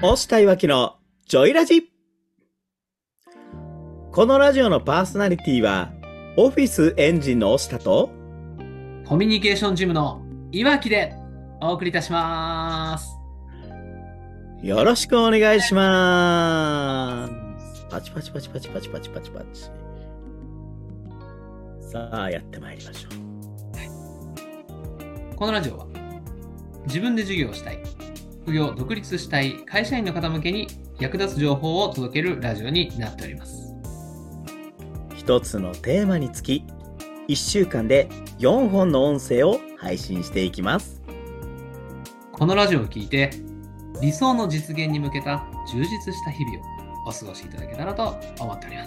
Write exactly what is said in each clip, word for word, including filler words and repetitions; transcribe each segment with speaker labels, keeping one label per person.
Speaker 1: 押田いわきのジョイラジ。このラジオのパーソナリティはオフィスエンジンの押田と
Speaker 2: コミュニケーションジムのいわきでお送りいたします。
Speaker 1: よろしくお願いします。パチパチパチパチパチパチパチパチ。さあやってまいりましょう、
Speaker 2: はい、このラジオは自分で授業をしたい、副業独立したい会社員の方向けに役立つ情報を届けるラジオになっております。
Speaker 1: 一つのテーマにつきいっしゅうかんでよんほんの音声を配信していきます。
Speaker 2: このラジオを聞いて理想の実現に向けた充実した日々をお過ごしいただけたらと思っております。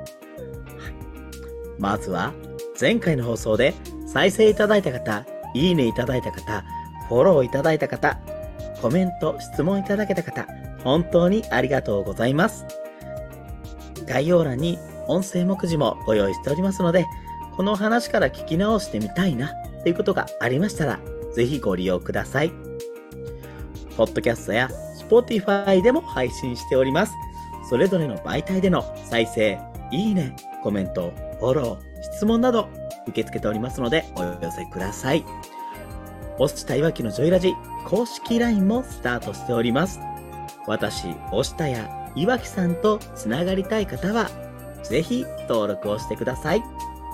Speaker 1: まずは前回の放送で再生いただいた方、いいねいただいた方、フォローいただいた方、コメント、質問いただけた方、本当にありがとうございます。概要欄に音声目次もご用意しておりますので、この話から聞き直してみたいなということがありましたら、ぜひご利用ください。ポッドキャストや Spotify でも配信しております。それぞれの媒体での再生、いいね、コメント、フォロー、質問など受け付けておりますのでお寄せください。押田いわきのジョイラジ公式 ライン もスタートしております。私、押田やいわきさんとつながりたい方はぜひ登録をしてください。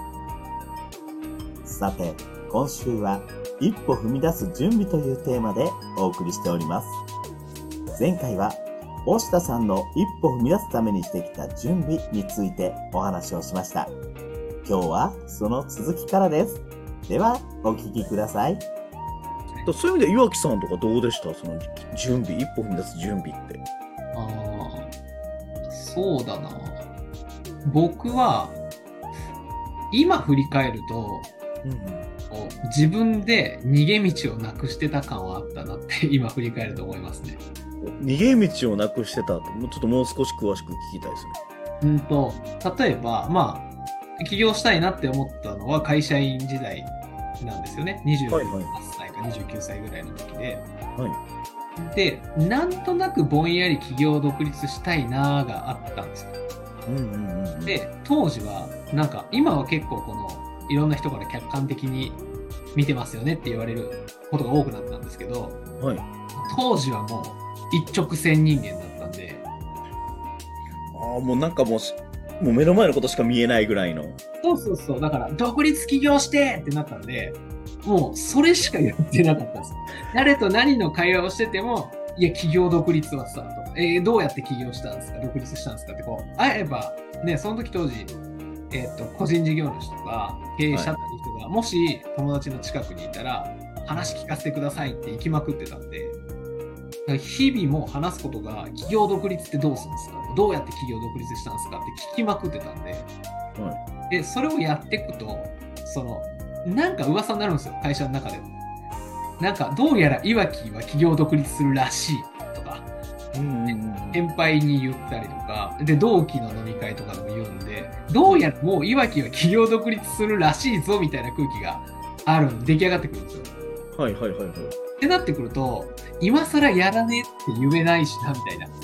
Speaker 1: さて、今週は一歩踏み出す準備というテーマでお送りしております。前回は押田さんの一歩踏み出すためにしてきた準備についてお話をしました。今日はその続きからです。ではお聞きください。そういう意味で岩木さんとかどうでした？その準備、一歩踏み出す準備って。
Speaker 2: ああ、そうだな。僕は今振り返ると、うんうん、こう自分で逃げ道をなくしてた感はあったなって今振り返ると思いますね。
Speaker 1: 逃げ道をなくしてたと、もうちょっともう少し詳しく聞きたいですね。
Speaker 2: うんと例えばまあ起業したいなって思ったのは会社員時代なんですよね。にじゅうはっさいかにじゅうきゅうさいぐらいの時で、はい、でなんとなくぼんやり起業独立したいなーがあったんですよ。うんうんうんうん、で当時はなんか今は結構このいろんな人から客観的に見てますよねって言われることが多くなったんですけど、はい、当時はもう一直線人間だったんで、
Speaker 1: ああもうなんかもうもう目の前のことしか見えないぐらいの。
Speaker 2: そうそうそう。だから独立起業してってなったんで、もうそれしかやってなかったんですよ。誰と何の会話をしてても、いや起業独立はさと、えー、どうやって起業したんですか、独立したんですかってこう会えばね、その時当時えっと個人事業主とか経営者っていう人が、はい、もし友達の近くにいたら話聞かせてくださいって行きまくってたんで、日々も話すことが起業独立ってどうするんですか、どうやって起業独立したんですかって聞きまくってたんで、はい、でそれをやっていくとそのなんか噂になるんですよ、会社の中で。なんかどうやらいわきは起業独立するらしいとか、うんうんうん、先輩に言ったりとかで同期の飲み会とかでも言うんで、どうやらもういわきは起業独立するらしいぞみたいな空気がある出来上がってくるんですよ。
Speaker 1: はいはいはいはい。
Speaker 2: ってなってくると今更やらねえって言えないしなみたいな。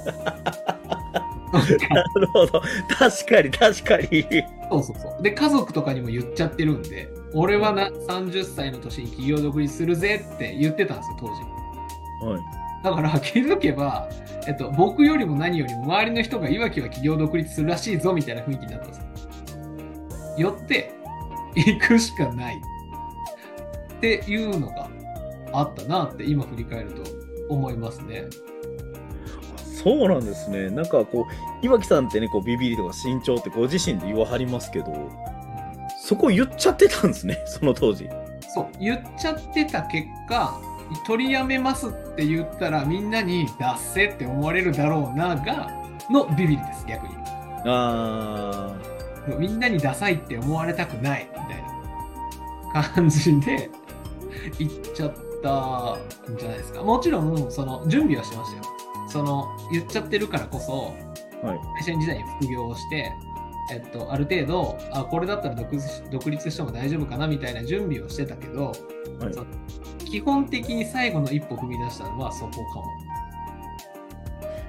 Speaker 1: なるほど、確かに確かに。
Speaker 2: そうそうそう。で家族とかにも言っちゃってるんで、俺はなさんじゅっさいの年に起業独立するぜって言ってたんですよ当時。はい。だから気づけば、えっと、僕よりも何よりも周りの人がいわきは起業独立するらしいぞみたいな雰囲気になったんですよ。よって行くしかないっていうのがあったなって今振り返ると思いますね。
Speaker 1: そうなんですね。なんかこう岩木さんってね、こうビビりとか慎重ってご自身で言わはりますけど、そこ言っちゃってたんですね、その当時。
Speaker 2: そう言っちゃってた結果、取りやめますって言ったらみんなにダッセって思われるだろうながのビビりです。逆にあみんなにダサいって思われたくないみたいな感じで言っちゃったんじゃないですか。もちろんその準備はしましたよ。その言っちゃってるからこそ、はい、会社員時代に副業をして、えっと、ある程度あこれだったら 独, 独立しても大丈夫かなみたいな準備をしてたけど、はい、その基本的に最後の一歩踏み出したのはそこかも。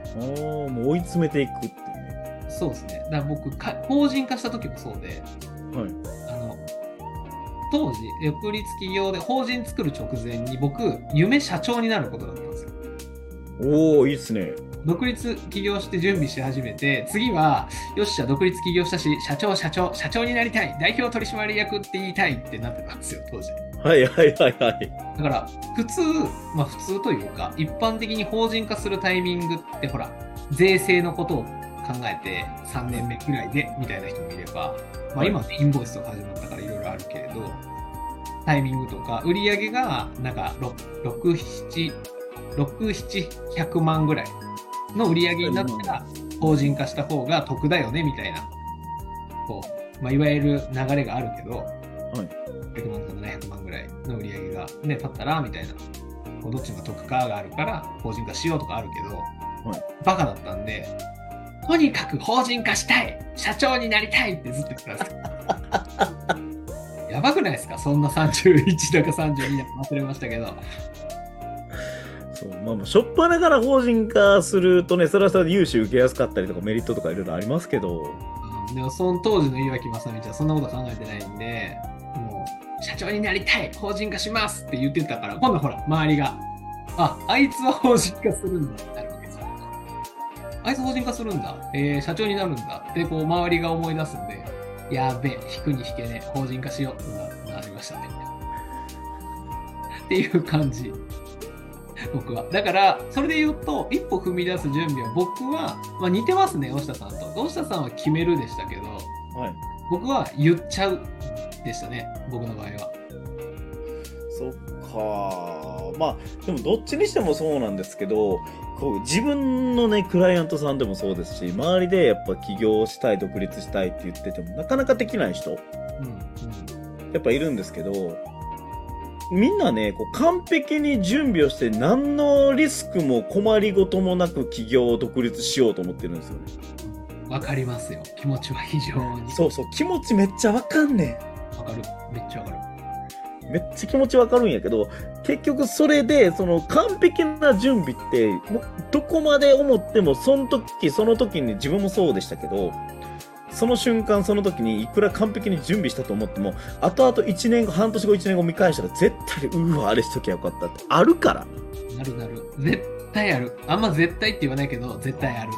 Speaker 1: ああ、もう追い詰めていくっていうね。
Speaker 2: そうですね。だから僕か、法人化した時もそうで、
Speaker 1: はい。
Speaker 2: あの、当時、独立企業で法人作る直前に僕、夢社長になることだったんですよ。
Speaker 1: おお、いいっすね。
Speaker 2: 独立起業して準備し始めて、次は、よっしゃ、独立起業したし、社長、社長、社長になりたい、代表取締役って言いたいってなってたんですよ、当時。
Speaker 1: はいはいはいはい。
Speaker 2: だから、普通、まあ普通というか、一般的に法人化するタイミングって、ほら、税制のことを考えてさんねんめくらいで、みたいな人もいれば、まあ今ね、インボイスとか始まったからいろいろあるけれど、タイミングとか、売上が、なんか、ろく、なな、ろく、なな、ひゃくまんぐらいの売上になったら、法人化した方が得だよね、みたいな、こう、まあいわゆる流れがあるけど、
Speaker 1: はい。
Speaker 2: ろくまんからななひゃくまんぐらいの売り上げがね、立ったら、みたいな、こうどっちが得かがあるから、法人化しようとかあるけど、
Speaker 1: はい、
Speaker 2: バカだったんで、とにかく法人化したい社長になりたいってずっと言ってたんですよ。やばくないですかそんなさんじゅういちだかさんじゅうにだか忘れましたけど。
Speaker 1: そう、まあ、しょっぱなから法人化するとね、それはそれで融資受けやすかったりとかメリットとかいろいろありますけど、
Speaker 2: うん、でもその当時の岩木正道はそんなこと考えてないんで、もう社長になりたい法人化しますって言ってたから、今度ほら周りが、あ、あいつは法人化するんだってなるわけですよ。あいつ法人化するんだ、えー、社長になるんだってこう周りが思い出すんで、やべえ、引くに引けねえ、法人化しようってなりましたね。っていう感じ。僕は。だから、それで言うと、一歩踏み出す準備は、僕は、まあ、似てますね、大下さんと。大下さんは決めるでしたけど、
Speaker 1: はい、
Speaker 2: 僕は言っちゃうでしたね、僕の場合は。
Speaker 1: そっか。まあ、でもどっちにしてもそうなんですけど、こう自分のね、クライアントさんでもそうですし、周りでやっぱ起業したい、独立したいって言ってても、なかなかできない人、うんうん、やっぱいるんですけど、みんなね、こう完璧に準備をして、何のリスクも困りごともなく起業を独立しようと思ってるんですよね。
Speaker 2: わかりますよ。気持ちは非常に。
Speaker 1: そうそう、気持ちめっちゃわかんね
Speaker 2: ん。わかる。めっちゃわかる。
Speaker 1: めっちゃ気持ちわかるんやけど、結局それで、その完璧な準備って、もうどこまで思っても、その時、その時に自分もそうでしたけど、その瞬間その時にいくら完璧に準備したと思っても、後々いちねんご、半年後、いちねんご見返したら絶対うわ、あれしときゃよかったってあるから。
Speaker 2: なるなる。絶対ある。あんま絶対って言わないけど、絶対ある。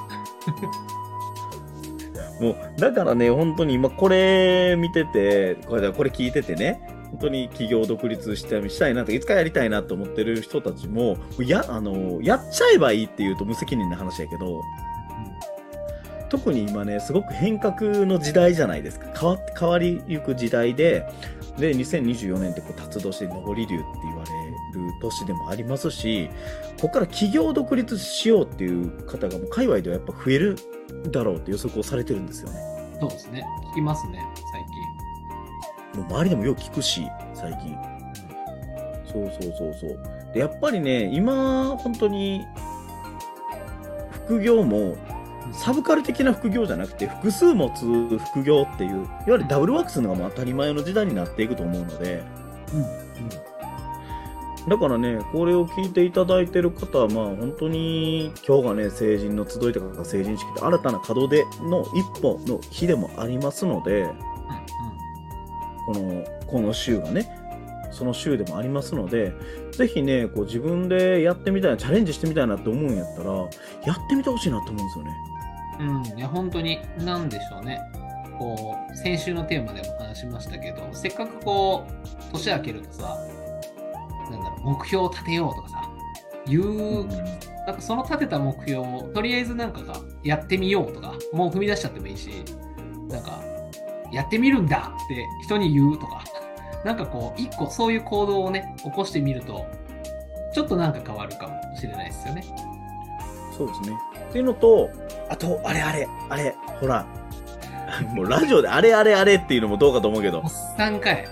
Speaker 1: もう、だからね、本当に今これ見てて、これ、これ聞いててね、本当に企業独立したしたいなと、いつかやりたいなと思ってる人たちも、や、あの、やっちゃえばいいっていうと無責任な話やけど、特に今ね、すごく変革の時代じゃないですか。変わ変わりゆく時代で、で、にせんにじゅうよねんってこう達動して上り流って言われる年でもありますし、ここから企業独立しようっていう方がもう界隈ではやっぱ増えるだろうって予測をされてるんですよね。
Speaker 2: そうですね。聞きますね、最
Speaker 1: 近。もう周りでもよく聞くし、最近。うん、そうそうそうそう。で、やっぱりね、今、本当に、副業も、サブカル的な副業じゃなくて複数持つ副業っていういわゆるダブルワークするのがもう当たり前の時代になっていくと思うので、うんうん、だからねこれを聞いていただいている方はまあ本当に今日がね成人の集いとか成人式って新たな門出の一歩の日でもありますので、うんうん、このこの週がねその週でもありますので、ぜひねこう自分でやってみたいなチャレンジしてみたいなって思うんやったらやってみてほしいなと思うんですよね。
Speaker 2: うん、いや本当に何でしょうね。こう先週のテーマでも話しましたけど、せっかくこう年明けるとさ、なんだろう目標を立てようとかさ、いう、うん、なんかその立てた目標をとりあえずなんかがやってみようとか、もう踏み出しちゃってもいいし、なんかやってみるんだって人に言うとか、なんかこう一個そういう行動をね起こしてみると、ちょっとなんか変わるかもしれないですよね。
Speaker 1: そうですね。っていうのと、あと、あれあれ、あれ、ほら、もうラジオであれあれあれっていうのもどうかと思うけど。
Speaker 2: おっさんかい。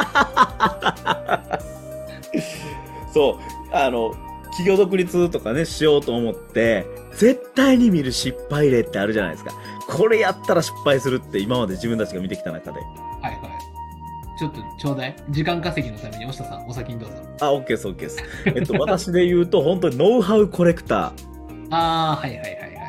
Speaker 1: そう、あの、企業独立とかね、しようと思って、絶対に見る失敗例ってあるじゃないですか。これやったら失敗するって今まで自分たちが見てきた中で。
Speaker 2: はいはい。ちょっとちょうだい。時間稼ぎのために、押下さん、お先にどうぞ。
Speaker 1: あ、OK です、OK です。えっと、私で言うと、本当にノウハウコレクター。
Speaker 2: ああ、はいはいはいはい。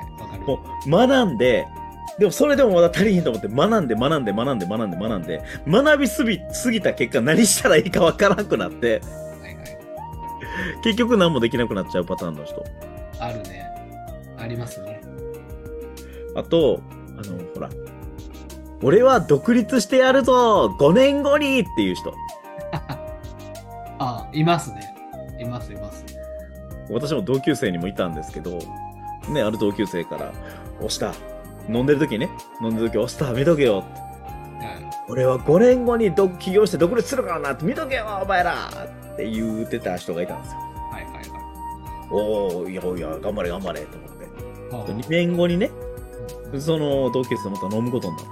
Speaker 1: もう学んで、でもそれでもまだ足りひんと思って学んで学んで学んで学んで学んで、学びすぎすぎた結果何したらいいかわからなくなって、
Speaker 2: はいはい。
Speaker 1: 結局何もできなくなっちゃうパターンの人。
Speaker 2: あるね。ありますね。
Speaker 1: あと、あの、ほら、俺は独立してやるぞ !ごねんごにっていう人。
Speaker 2: あ、いますね。いますいます。
Speaker 1: 私も同級生にもいたんですけど、ね、ある同級生から、押した。飲んでる時ね、飲んでる時押した、見とけよって。
Speaker 2: はい。
Speaker 1: 俺はごねんごに起業して独立するからなって見とけよお前らって言ってた人がいたんですよ。
Speaker 2: はいはいはい。
Speaker 1: おー、いやいや、頑張れ頑張れと思って。
Speaker 2: は
Speaker 1: にねんごにね、その同級生とまた飲むことになって、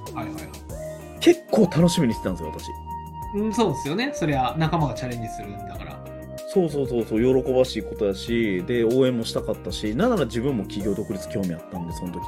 Speaker 2: あはいはいはい。
Speaker 1: 結構楽しみにしてたんですよ、私。
Speaker 2: うん、そうですよね。そりゃ仲間がチャレンジするんだから。
Speaker 1: そうそうそうそう、喜ばしいことだし、で、応援もしたかったし、なんなら自分も企業独立興味あったんで、その時って。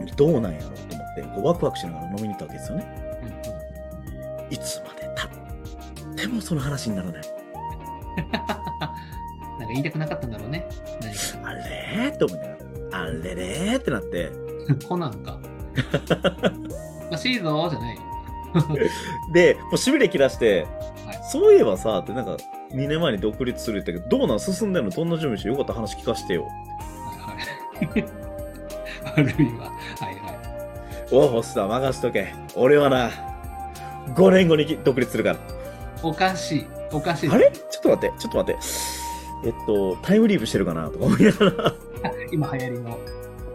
Speaker 1: どうなんやろうと思って、こうワクワクしながら飲みに行ったわけですよね。
Speaker 2: うんうん、
Speaker 1: いつまで経ってもその話にならない。
Speaker 2: なんか言いたくなかったんだろうね。何か。
Speaker 1: あれーって思いながら、あれれーってなって。
Speaker 2: コナンか。おかしいぞーじゃない。
Speaker 1: で、もうしびれ切らして、
Speaker 2: はい、
Speaker 1: そういえばさ、ってなんかにねんまえに独立するって言ったけど、どうなん進んでんのどんな準備してよかった話聞かしてよ。
Speaker 2: はいはい。悪いわ。はいはい。
Speaker 1: おう、ホスター任しとけ。俺はな、ごねんごに独立するから。
Speaker 2: おかしい。おかしい。
Speaker 1: あれちょっと待って、ちょっと待って。えっと、タイムリープしてるかなとか思いながら。
Speaker 2: 今流行りの。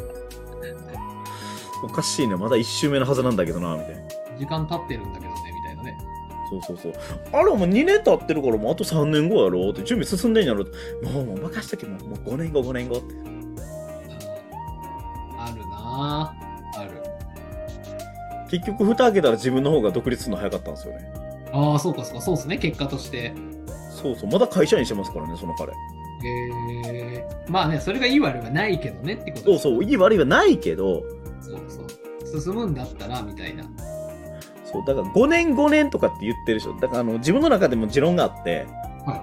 Speaker 1: おかしいね。まだいち周目のはずなんだけどな、みたいな。
Speaker 2: 時間経ってるんだけどね、みたいなね。
Speaker 1: そうそうそう。あれ、もうにねん経ってるから、もうあとさんねんごやろって、準備進んでんやろって。もう、もう任しとけ、もう、もうごねんご、ごねんごって。
Speaker 2: あるなぁ。ある。
Speaker 1: 結局、蓋開けたら自分の方が独立するの早かったんですよね。
Speaker 2: ああ、そうかそうか、そうですね、結果として。
Speaker 1: そうそう。まだ会社員してますからね、その彼。
Speaker 2: へえ。まあね、それがいい悪いはないけどねってこと
Speaker 1: そうそう。いい悪いはないけど、
Speaker 2: そうそう。進むんだったら、みたいな。
Speaker 1: そう、だからごねんごねんとかって言ってる人、だからあの自分の中でも持論があって、
Speaker 2: はいはい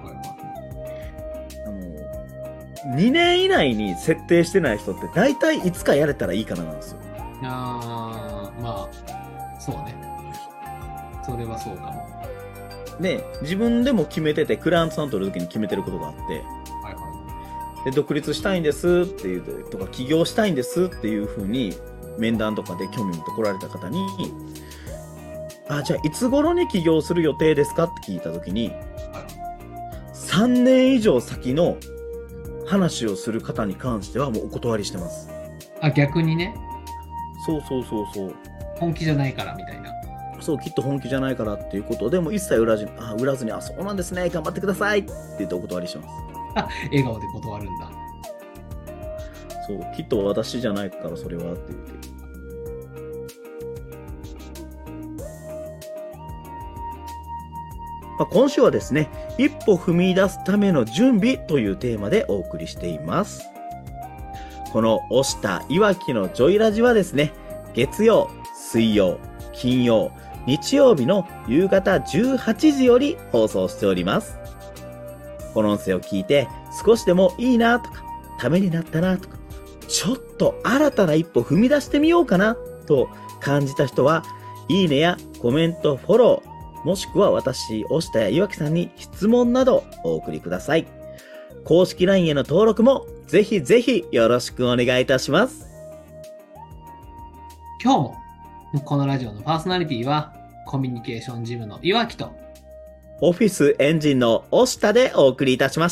Speaker 2: はい。
Speaker 1: あの、にねん以内に設定してない人って大体いつかやれたらいいかななんですよ。
Speaker 2: あー、まあ、そうね。それはそうかも。
Speaker 1: で、自分でも決めてて、クライアントさんとる時に決めてることがあって、
Speaker 2: はいは
Speaker 1: で、独立したいんですっていうとか、起業したいんですっていう風に、面談とかで興味持って来られた方に、あ、じゃあいつ頃に起業する予定ですかって聞いた時に、
Speaker 2: い。はい
Speaker 1: さんねん以上先の話をする方に関してはもうお断りしてます。
Speaker 2: あ、逆にね、
Speaker 1: そうそうそうそう。
Speaker 2: 本気じゃないからみたいな。
Speaker 1: そう、きっと本気じゃないからっていうことでもう一切裏ずあ裏ずに、あ、そうなんですね、頑張ってくださいって言ってお断りします。
Speaker 2: あ、笑顔で断るんだ。
Speaker 1: そう、きっと私じゃないからそれはって言って。まあ、今週はですね、一歩踏み出すための準備というテーマでお送りしています。この押したいわきのジョイラジはですね、月曜、水曜、金曜、日曜日の夕方じゅうはちじより放送しております。この音声を聞いて少しでもいいなとか、ためになったなとか、ちょっと新たな一歩踏み出してみようかなと感じた人は、いいねやコメント、フォロー、もしくは私、押したや岩木さんに質問などお送りください。公式 ライン への登録もぜひぜひよろしくお願いいたします。
Speaker 2: 今日も、このラジオのパーソナリティは、コミュニケーションジムの岩木と、
Speaker 1: オフィスエンジンの押したでお送りいたしました。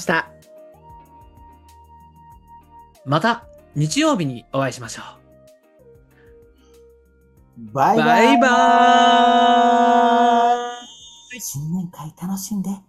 Speaker 2: また日曜日にお会いしましょ
Speaker 1: う。バイバイ。
Speaker 2: バイバーイ。
Speaker 1: 新年会楽しんで。